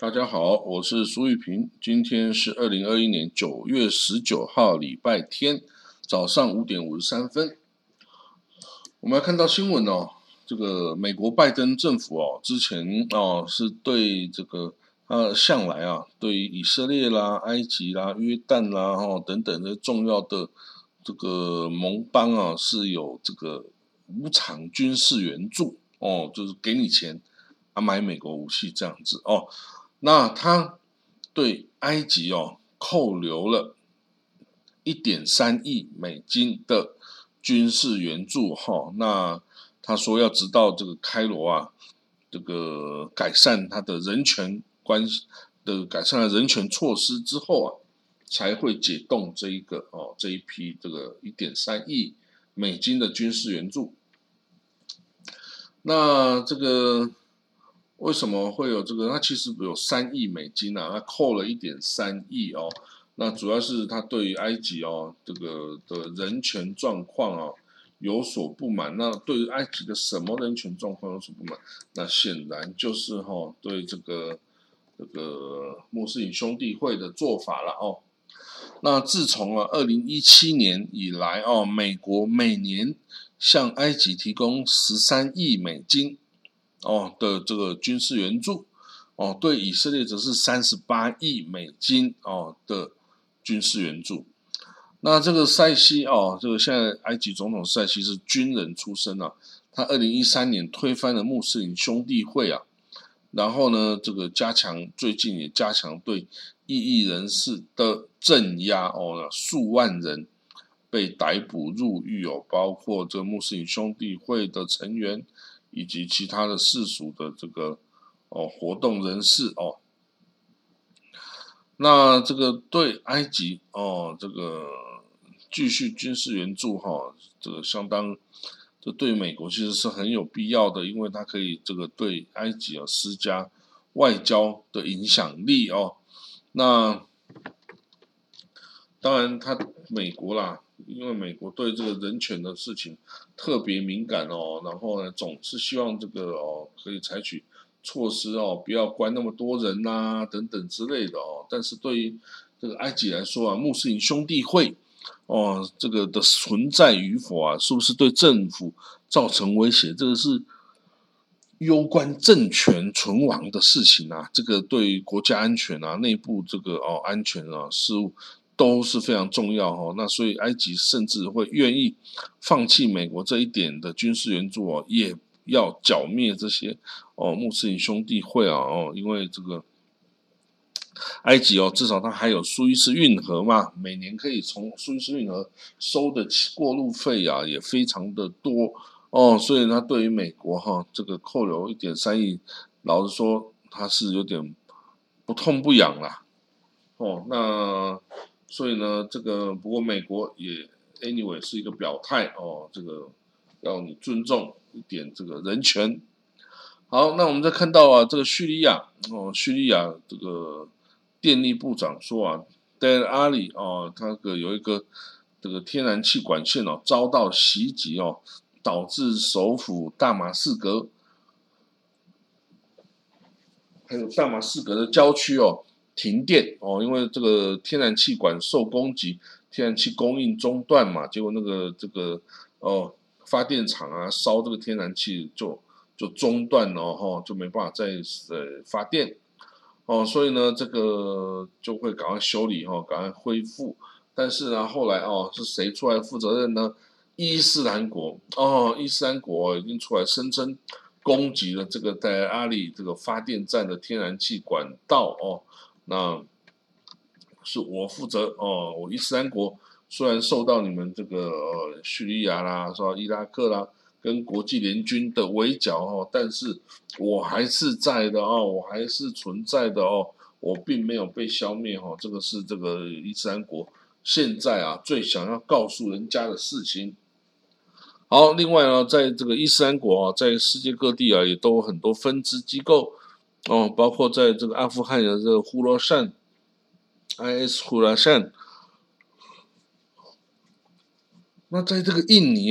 大家好，我是苏玉平。今天是2021年9月19号，礼拜天，早上5点53分。我们来看到新闻哦，这个美国拜登政府之前是对这个向来对以色列啦、埃及啦、约旦啦等等的重要的这个盟邦是有这个无偿军事援助就是给你钱买美国武器这样子那他对埃及扣留了1.3亿美金的军事援助那他说要直到这个开罗这个改善他的人权关系的改善了人权措施之后才会解冻这一批这个1.3亿美金的军事援助。那这个为什么会有这个？它其实有3亿美金它扣了1.3亿那主要是他对于埃及这个的人权状况有所不满。那对于埃及的什么人权状况有所不满？那显然就是对这个穆斯林兄弟会的做法了那自从2017年以来美国每年向埃及提供13亿美金的这个军事援助对以色列则是38亿美金的军事援助。那这个塞西这个现在埃及总统塞西是军人出身他2013年推翻了穆斯林兄弟会然后呢这个最近也加强对异议人士的镇压数万人被逮捕入狱包括这个穆斯林兄弟会的成员以及其他的世俗的这个活动人士那这个对埃及这个继续军事援助这个相当这对美国其实是很有必要的，因为它可以这个对埃及施加外交的影响力那当然美国啦，因为美国对这个人权的事情特别敏感然后呢总是希望这个可以采取措施不要关那么多人等等之类的但是对于这个埃及来说穆斯林兄弟会这个的存在与否是不是对政府造成威胁，这个是攸关政权存亡的事情这个对于国家安全内部这个安全事务都是非常重要那所以埃及甚至会愿意放弃美国这一点的军事援助也要剿灭这些穆斯林兄弟会因为这个埃及至少它还有苏伊士运河嘛，每年可以从苏伊士运河收的过路费也非常的多所以它对于美国这个扣留1.3亿，老实说它是有点不痛不痒啦那所以呢这个不过美国也 anyway 是一个表态这个要你尊重一点这个人权。好，那我们再看到这个叙利亚这个电力部长说Deir Ali他有一个这个天然气管线遭到袭击导致首府大马士革还有大马士革的郊区停电因为这个天然气管受攻击，天然气供应中断嘛，结果那个这个发电厂烧这个天然气就中断了就没办法再发电所以呢这个就会赶快修理赶快恢复。但是呢后来是谁出来负责任呢？伊斯兰国已经出来声称攻击了这个在阿里这个发电站的天然气管道那是我负责我伊斯兰国虽然受到你们这个叙利亚啦、说伊拉克啦跟国际联军的围剿但是我还是在的我还是存在的我并没有被消灭这个是这个伊斯兰国现在最想要告诉人家的事情。好，另外呢，在这个伊斯兰国在世界各地也都有很多分支机构包括在这个阿富汗的这个呼罗珊 IS 呼罗珊。那在这个印尼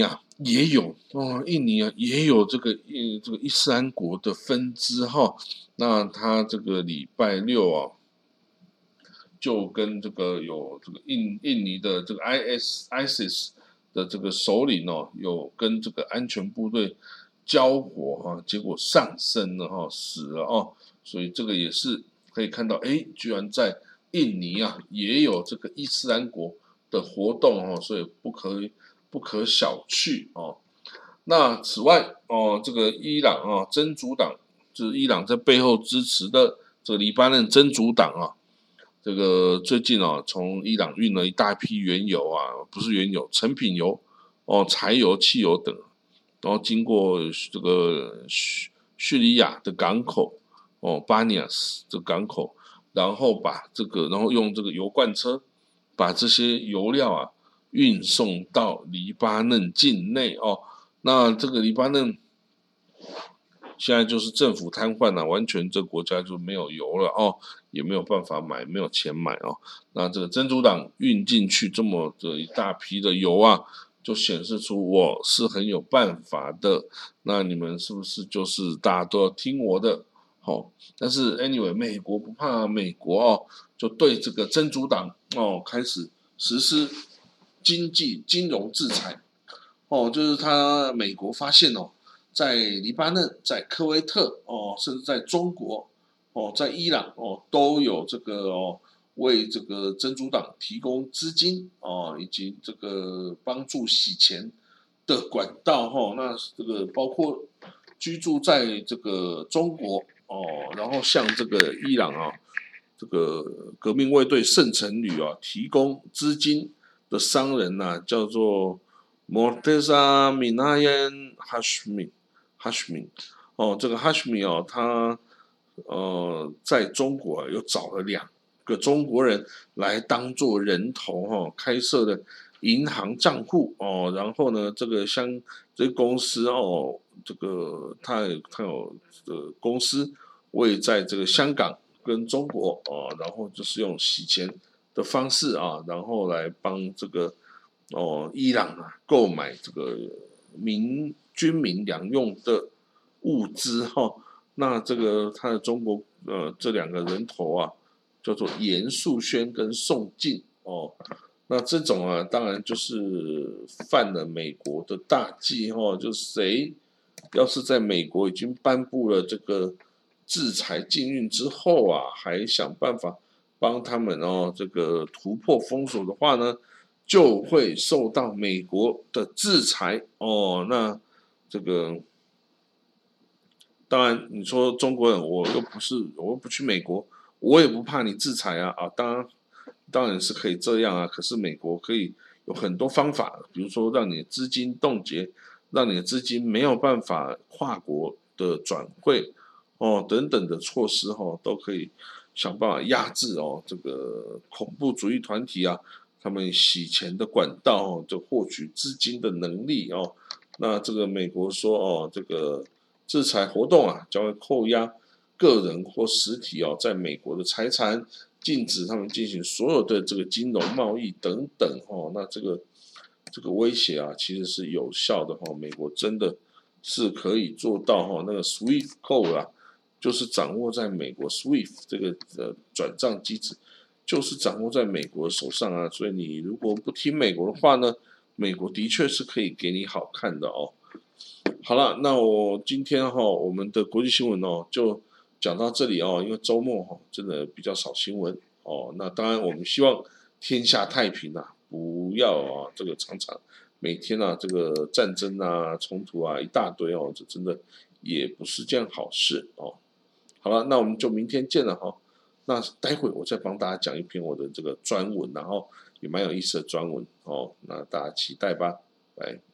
也有印尼啊也有这个伊斯兰国的分支哈。那他这个礼拜六啊，就跟这个有这个印尼的这个 ISIS 的这个首领有跟这个安全部队交火结果上身了死了所以这个也是可以看到，居然在印尼啊也有这个伊斯兰国的活动所以不可小觑那此外这个伊朗真主党就是伊朗在背后支持的这个黎巴嫩真主党这个最近从伊朗运了一大批原油不是原油，成品油柴油、汽油等，然后经过这个叙利亚的港口巴尼亚斯的港口，然后用这个油罐车把这些油料运送到黎巴嫩境内那这个黎巴嫩现在就是政府瘫痪了，完全这个国家就没有油了也没有办法买，没有钱买那这个真主党运进去这么的一大批的油就显示出我是很有办法的。那你们是不是就是大家都要听我的？但是 anyway， 美国不怕，美国就对这个真主党开始实施金融制裁就是美国发现在黎巴嫩、在科威特甚至在中国在伊朗都有这个为这个真主党提供资金以及这个帮助洗钱的管道那这个包括居住在这个中国然后向这个伊朗这个革命卫队圣城旅提供资金的商人叫做 Morteza Minayan Hashmi 这个 Hashmi 他在中国又找了2个中国人来当做人头开设的银行账户然后呢这个公司这个他有公司位在这个香港跟中国然后就是用洗钱的方式然后来帮这个伊朗购买这个军民两用的物资那这个他的中国这2个人头叫做严树轩跟宋静那这种当然就是犯了美国的大忌就是谁要是在美国已经颁布了这个制裁禁运之后还想办法帮他们这个突破封锁的话呢，就会受到美国的制裁那这个当然你说中国人我又不去美国，我也不怕你制裁当然是可以这样可是美国可以有很多方法，比如说让你的资金冻结，让你的资金没有办法跨国的转汇等等的措施都可以想办法压制这个恐怖主义团体他们洗钱的管道就获取资金的能力那这个美国说这个制裁活动将会扣押个人或实体在美国的财产，禁止他们进行所有的这个金融贸易等等那这个威胁其实是有效的美国真的是可以做到那个 SWIFT code 就是掌握在美国 SWIFT 这个转账机制就是掌握在美国手上所以你如果不听美国的话呢，美国的确是可以给你好看的好了，那我今天我们的国际新闻就讲到这里因为周末真的比较少新闻那当然我们希望天下太平不要这个常常每天这个战争冲突一大堆这真的也不是件好事好了，那我们就明天见了那待会我再帮大家讲一篇我的这个专文，然后也蛮有意思的专文那大家期待吧，拜。